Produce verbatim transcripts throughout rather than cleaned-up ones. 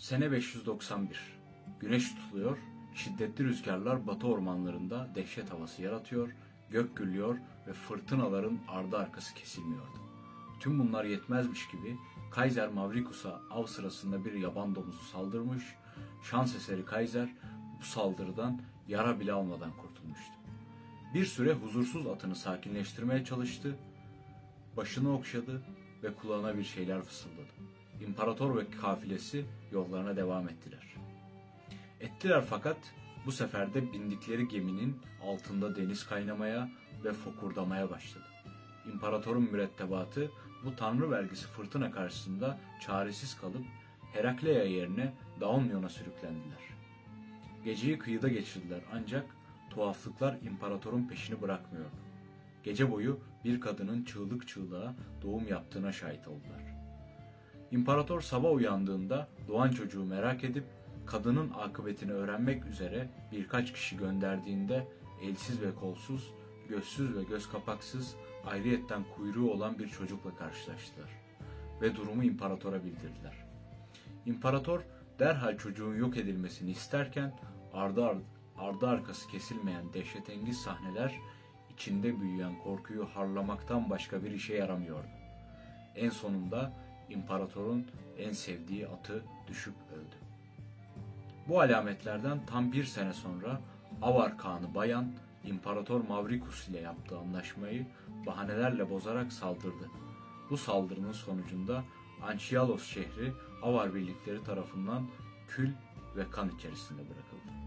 Sene beş yüz doksan bir. Güneş tutuluyor, şiddetli rüzgarlar batı ormanlarında dehşet havası yaratıyor, gök gürlüyor ve fırtınaların ardı arkası kesilmiyordu. Tüm bunlar yetmezmiş gibi Kaiser Mavricus'a av sırasında bir yaban domuzu saldırmış, şans eseri Kaiser bu saldırıdan yara bile almadan kurtulmuştu. Bir süre huzursuz atını sakinleştirmeye çalıştı, başını okşadı ve kulağına bir şeyler fısıldadı. İmparator ve kafilesi yollarına devam ettiler. Ettiler fakat bu sefer de bindikleri geminin altında deniz kaynamaya ve fokurdamaya başladı. İmparatorun mürettebatı bu tanrı vergisi fırtına karşısında çaresiz kalıp Herakleia yerine Daunion'a sürüklendiler. Geceyi kıyıda geçirdiler ancak tuhaflıklar imparatorun peşini bırakmıyordu. Gece boyu bir kadının çığlık çığlığa doğum yaptığına şahit oldular. İmparator sabah uyandığında doğan çocuğu merak edip kadının akıbetini öğrenmek üzere birkaç kişi gönderdiğinde elsiz ve kolsuz, gözsüz ve göz kapaksız, ayrıyetten kuyruğu olan bir çocukla karşılaştılar ve durumu imparatora bildirdiler. İmparator derhal çocuğun yok edilmesini isterken ardı, ardı, ardı arkası kesilmeyen dehşetengiz sahneler içinde büyüyen korkuyu harlamaktan başka bir işe yaramıyordu. En sonunda imparatorun en sevdiği atı düşüp öldü. Bu alametlerden tam bir sene sonra Avar Kağanı Bayan, İmparator Mavricus ile yaptığı anlaşmayı bahanelerle bozarak saldırdı. Bu saldırının sonucunda Anchialos şehri Avar birlikleri tarafından kül ve kan içerisinde bırakıldı.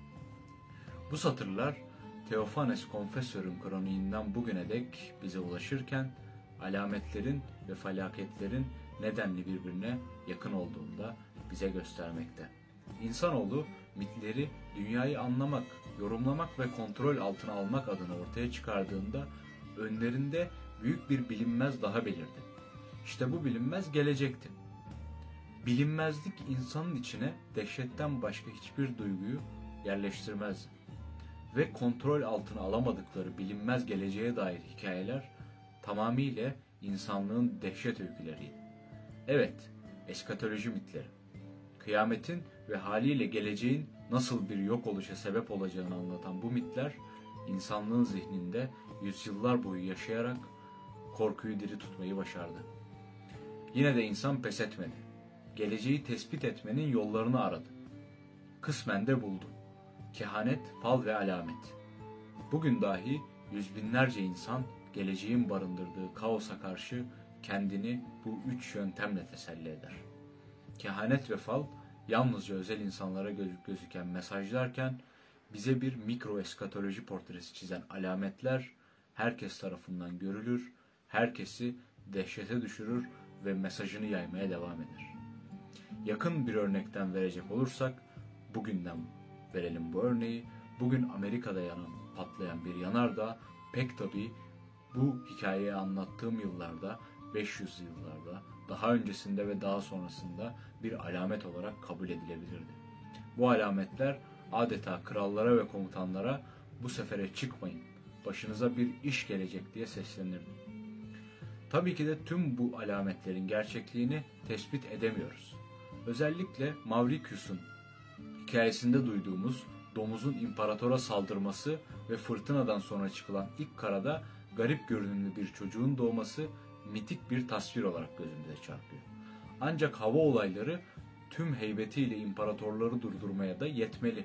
Bu satırlar Teophanes Confessor'un kroniğinden bugüne dek bize ulaşırken alametlerin ve felaketlerin nedenli birbirine yakın olduğunda bize göstermekte. İnsanoğlu mitleri dünyayı anlamak, yorumlamak ve kontrol altına almak adına ortaya çıkardığında önlerinde büyük bir bilinmez daha belirdi. İşte bu bilinmez gelecekti. Bilinmezlik insanın içine dehşetten başka hiçbir duyguyu yerleştirmezdi. Ve kontrol altına alamadıkları bilinmez geleceğe dair hikayeler tamamıyla insanlığın dehşet öyküleriydi. Evet, eskatoloji mitleri. Kıyametin ve haliyle geleceğin nasıl bir yok oluşa sebep olacağını anlatan bu mitler, insanlığın zihninde yüzyıllar boyu yaşayarak korkuyu diri tutmayı başardı. Yine de insan pes etmedi. Geleceği tespit etmenin yollarını aradı. Kısmen de buldu. Kehanet, fal ve alamet. Bugün dahi yüz binlerce insan geleceğin barındırdığı kaosa karşı kendini bu üç yöntemle teselli eder. Kehanet ve fal yalnızca özel insanlara gözüken mesajlarken bize bir mikro eskatoloji portresi çizen alametler herkes tarafından görülür, herkesi dehşete düşürür ve mesajını yaymaya devam eder. Yakın bir örnekten verecek olursak bugünden verelim bu örneği. Bugün Amerika'da yanan, patlayan bir yanardağ pek tabii bu hikayeyi anlattığım yıllarda, beş yüz yıllarda, daha öncesinde ve daha sonrasında bir alamet olarak kabul edilebilirdi. Bu alametler adeta krallara ve komutanlara bu sefere çıkmayın, başınıza bir iş gelecek diye seslenirdi. Tabii ki de tüm bu alametlerin gerçekliğini tespit edemiyoruz. Özellikle Mavricus'un hikayesinde duyduğumuz domuzun imparatora saldırması ve fırtınadan sonra çıkılan ilk karada garip görünümlü bir çocuğun doğması mitik bir tasvir olarak gözümüze çarpıyor. Ancak hava olayları tüm heybetiyle imparatorları durdurmaya da yetmeli.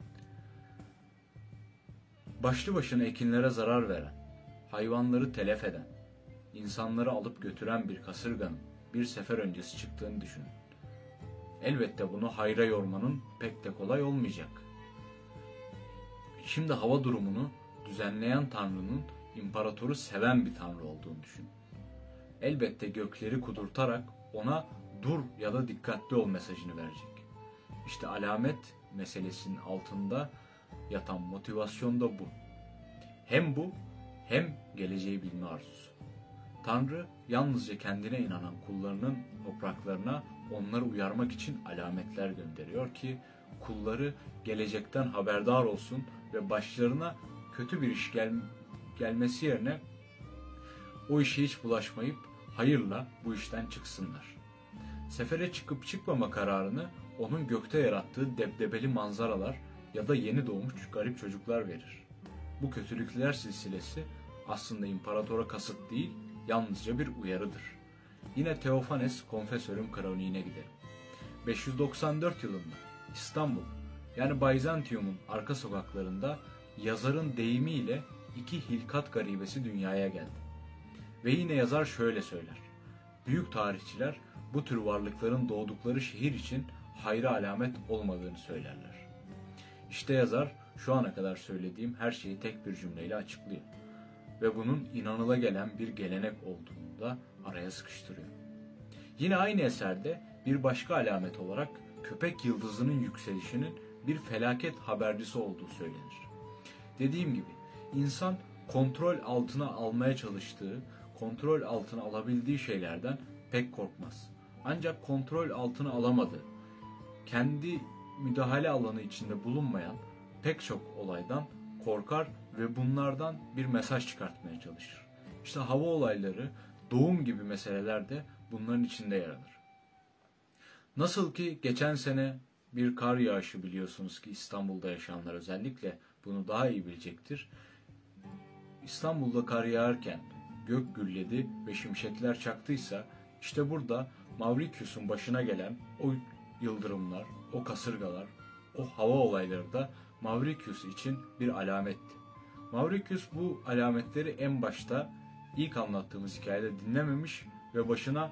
Başlı başına ekinlere zarar veren, hayvanları telef eden, insanları alıp götüren bir kasırganın bir sefer öncesi çıktığını düşünün. Elbette bunu hayra yormanın pek de kolay olmayacak. Şimdi hava durumunu düzenleyen Tanrı'nın imparatoru seven bir Tanrı olduğunu düşünün. Elbette gökleri kudurtarak ona dur ya da dikkatli ol mesajını verecek. İşte alamet meselesinin altında yatan motivasyon da bu. Hem bu hem geleceği bilme arzusu. Tanrı yalnızca kendine inanan kullarının topraklarına onları uyarmak için alametler gönderiyor ki kulları gelecekten haberdar olsun ve başlarına kötü bir iş gel gelmesi yerine o işe hiç bulaşmayıp hayırla bu işten çıksınlar. Sefere çıkıp çıkmama kararını onun gökte yarattığı debdebeli manzaralar ya da yeni doğmuş garip çocuklar verir. Bu kötülükler silsilesi aslında imparatora kasıt değil, yalnızca bir uyarıdır. Yine Teofanes Confessor'un kroniğine gidelim. beş yüz doksan dört yılında İstanbul, yani Byzantium'un arka sokaklarında yazarın deyimiyle iki hilkat garibesi dünyaya geldi. Ve yine yazar şöyle söyler: büyük tarihçiler bu tür varlıkların doğdukları şehir için hayra alamet olmadığını söylerler. İşte yazar şu ana kadar söylediğim her şeyi tek bir cümleyle açıklıyor. Ve bunun inanıla gelen bir gelenek olduğunu da araya sıkıştırıyor. Yine aynı eserde bir başka alamet olarak köpek yıldızının yükselişinin bir felaket habercisi olduğu söylenir. Dediğim gibi insan kontrol altına almaya çalıştığı, kontrol altına alabildiği şeylerden pek korkmaz. Ancak kontrol altına alamadığı, kendi müdahale alanı içinde bulunmayan pek çok olaydan korkar ve bunlardan bir mesaj çıkartmaya çalışır. İşte hava olayları, doğum gibi meseleler de bunların içinde yer alır. Nasıl ki geçen sene bir kar yağışı, biliyorsunuz ki İstanbul'da yaşayanlar özellikle bunu daha iyi bilecektir. İstanbul'da kar yağarken gök gürledi ve şimşekler çaktıysa, işte burada Mauritius'un başına gelen o yıldırımlar, o kasırgalar, o hava olayları da Mauritius için bir alametti. Mauritius bu alametleri en başta ilk anlattığımız hikayede dinlememiş ve başına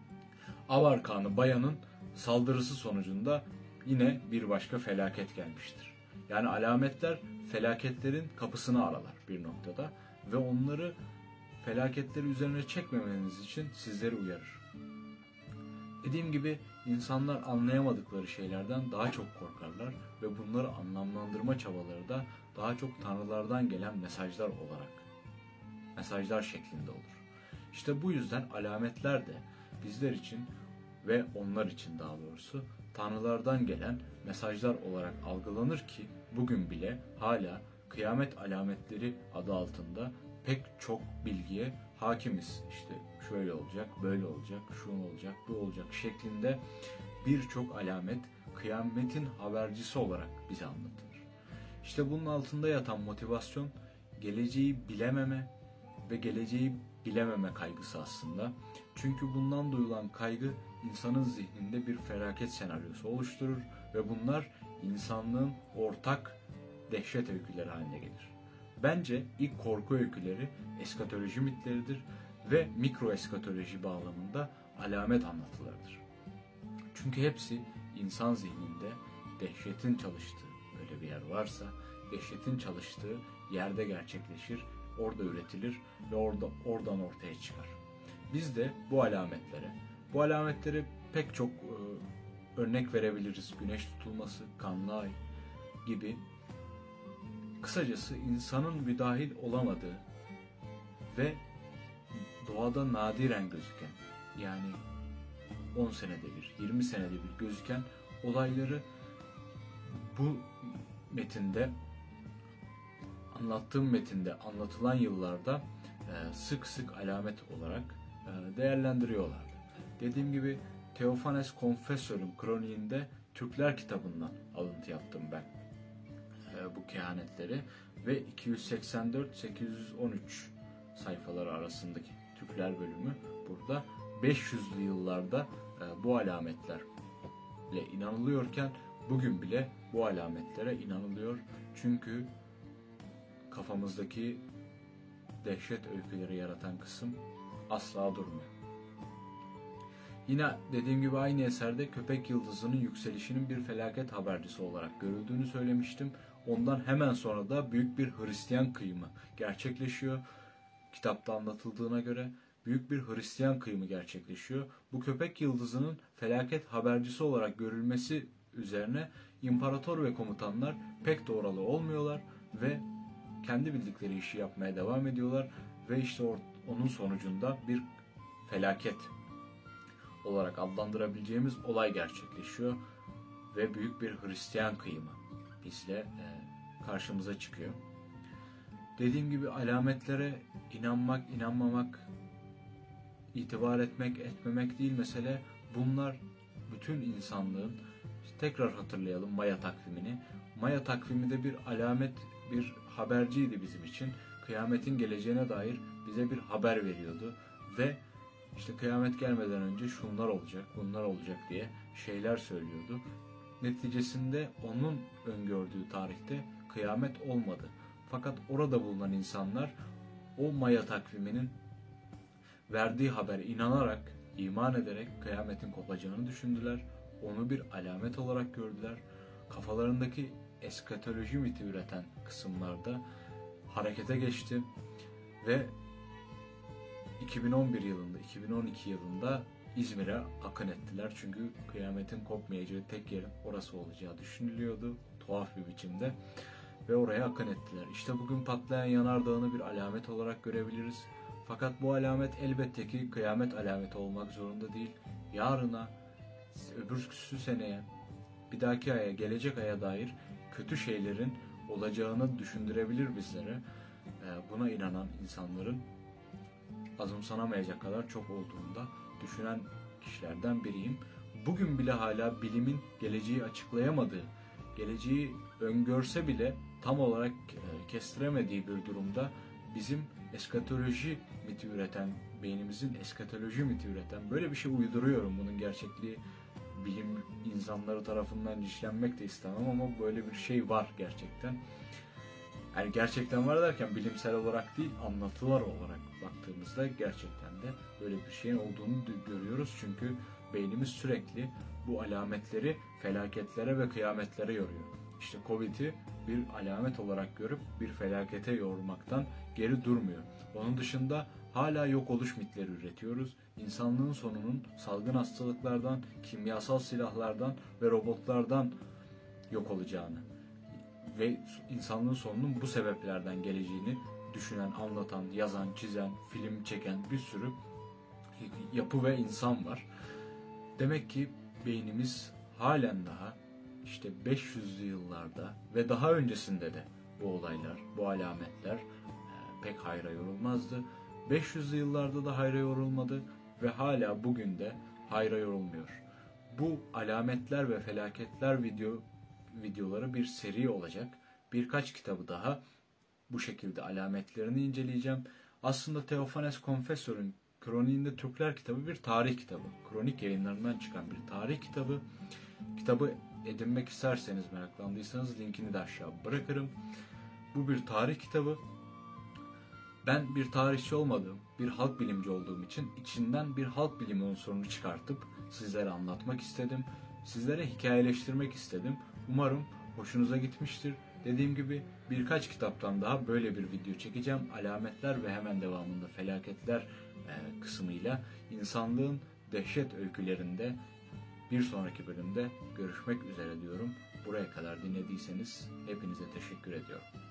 Avarkanı Bayan'ın saldırısı sonucunda yine bir başka felaket gelmiştir. Yani alametler felaketlerin kapısını aralar bir noktada ve onları, felaketleri üzerine çekmemeniz için sizleri uyarır. Dediğim gibi insanlar anlayamadıkları şeylerden daha çok korkarlar ve bunları anlamlandırma çabaları da daha çok tanrılardan gelen mesajlar olarak, mesajlar şeklinde olur. İşte bu yüzden alametler de bizler için ve onlar için daha doğrusu tanrılardan gelen mesajlar olarak algılanır ki bugün bile hala kıyamet alametleri adı altında pek çok bilgiye hakimiz. İşte şöyle olacak, böyle olacak, şu olacak, bu olacak şeklinde birçok alamet kıyametin habercisi olarak bize anlatılır. İşte bunun altında yatan motivasyon geleceği bilememe ve geleceği bilememe kaygısı aslında. Çünkü bundan duyulan kaygı insanın zihninde bir felaket senaryosu oluşturur ve bunlar insanlığın ortak dehşet öyküleri haline gelir. Bence ilk korku öyküleri eskatoloji mitleridir ve mikro eskatoloji bağlamında alamet anlatılarıdır. Çünkü hepsi insan zihninde dehşetin çalıştığı, böyle bir yer varsa dehşetin çalıştığı yerde gerçekleşir, orada üretilir ve orada oradan ortaya çıkar. Biz de bu alametlere, bu alametlere pek çok e, örnek verebiliriz. Güneş tutulması, kanlı ay gibi. Kısacası insanın müdahil olamadığı ve doğada nadiren gözüken, yani on senede bir, yirmi senede bir gözüken olayları bu metinde, anlattığım metinde anlatılan yıllarda e, sık sık alamet olarak e, değerlendiriyorlardı. Dediğim gibi Teofanes Confessor'un kroniğinde Türkler kitabından alıntı yaptım ben e, bu kehanetleri ve iki yüz seksen dört sekiz yüz on üç sayfaları arasındaki Türkler bölümü burada beş yüzlü yıllarda e, bu alametlerle inanılıyorken bugün bile bu alametlere inanılıyor. Çünkü kafamızdaki dehşet öyküleri yaratan kısım asla durmuyor. Yine dediğim gibi aynı eserde köpek yıldızının yükselişinin bir felaket habercisi olarak görüldüğünü söylemiştim. Ondan hemen sonra da büyük bir Hristiyan kıyımı gerçekleşiyor. Kitapta anlatıldığına göre büyük bir Hristiyan kıyımı gerçekleşiyor. Bu köpek yıldızının felaket habercisi olarak görülmesi üzerine imparator ve komutanlar pek doğralı olmuyorlar ve kendi bildikleri işi yapmaya devam ediyorlar ve işte onun sonucunda bir felaket olarak adlandırabileceğimiz olay gerçekleşiyor ve büyük bir Hristiyan kıyımı bizle e, karşımıza çıkıyor. Dediğim gibi alametlere inanmak, inanmamak, itibar etmek, etmemek değil mesele. Bunlar bütün insanlığın Tekrar hatırlayalım Maya takvimini. Maya takvimi de bir alamet, bir haberciydi bizim için. Kıyametin geleceğine dair bize bir haber veriyordu ve işte kıyamet gelmeden önce şunlar olacak, bunlar olacak diye şeyler söylüyordu. Neticesinde onun öngördüğü tarihte kıyamet olmadı. Fakat orada bulunan insanlar o Maya takviminin verdiği habere inanarak, iman ederek kıyametin kopacağını düşündüler. Onu bir alamet olarak gördüler. Kafalarındaki eskatoloji miti üreten kısımlarda harekete geçti ve iki bin on bir yılında, iki bin on iki yılında İzmir'e akın ettiler. Çünkü kıyametin kopmayacağı tek yerin orası olacağı düşünülüyordu. Tuhaf bir biçimde. Ve oraya akın ettiler. İşte bugün patlayan yanardağını bir alamet olarak görebiliriz. Fakat bu alamet elbette ki kıyamet alameti olmak zorunda değil. Yarına, öbürsü seneye, bir dahaki aya, gelecek aya dair kötü şeylerin olacağını düşündürebilir bizlere. Buna inanan insanların azımsanamayacak kadar çok olduğunda düşünen kişilerden biriyim. Bugün bile hala bilimin geleceği açıklayamadığı, geleceği öngörse bile tam olarak kestiremediği bir durumda bizim eskatoloji miti üreten, beynimizin eskatoloji miti üreten, böyle bir şey uyduruyorum, bunun gerçekliği bilim insanları tarafından işlenmek de istemem ama böyle bir şey var gerçekten. Yani gerçekten var derken bilimsel olarak değil, anlatılar olarak baktığımızda gerçekten de böyle bir şeyin olduğunu görüyoruz. Çünkü beynimiz sürekli bu alametleri felaketlere ve kıyametlere yoruyor. İşte Covid'i bir alamet olarak görüp bir felakete yormaktan geri durmuyor. Onun dışında hala yok oluş mitleri üretiyoruz. İnsanlığın sonunun salgın hastalıklardan, kimyasal silahlardan ve robotlardan yok olacağını ve insanlığın sonunun bu sebeplerden geleceğini düşünen, anlatan, yazan, çizen, film çeken bir sürü yapı ve insan var. Demek ki beynimiz halen daha işte beş yüzlü yıllarda ve daha öncesinde de bu olaylar, bu alametler pek hayra yorulmazdı. beş yüzlü yıllarda da hayra yorulmadı ve hala bugün de hayra yorulmuyor. Bu alametler ve felaketler video videoları bir seri olacak. Birkaç kitabı daha bu şekilde alametlerini inceleyeceğim. Aslında Theophanes Confessor'un Kroniğinde Türkler kitabı bir tarih kitabı. Kronik yayınlarından çıkan bir tarih kitabı. Kitabı edinmek isterseniz, meraklandıysanız linkini de aşağı bırakırım. Bu bir tarih kitabı. Ben bir tarihçi olmadığım, bir halk bilimci olduğum için içinden bir halk bilimi unsurunu çıkartıp sizlere anlatmak istedim. Sizlere hikayeleştirmek istedim. Umarım hoşunuza gitmiştir. Dediğim gibi birkaç kitaptan daha böyle bir video çekeceğim. Alametler ve hemen devamında felaketler e, kısmıyla insanlığın dehşet öykülerinde bir sonraki bölümde görüşmek üzere diyorum. Buraya kadar dinlediyseniz hepinize teşekkür ediyorum.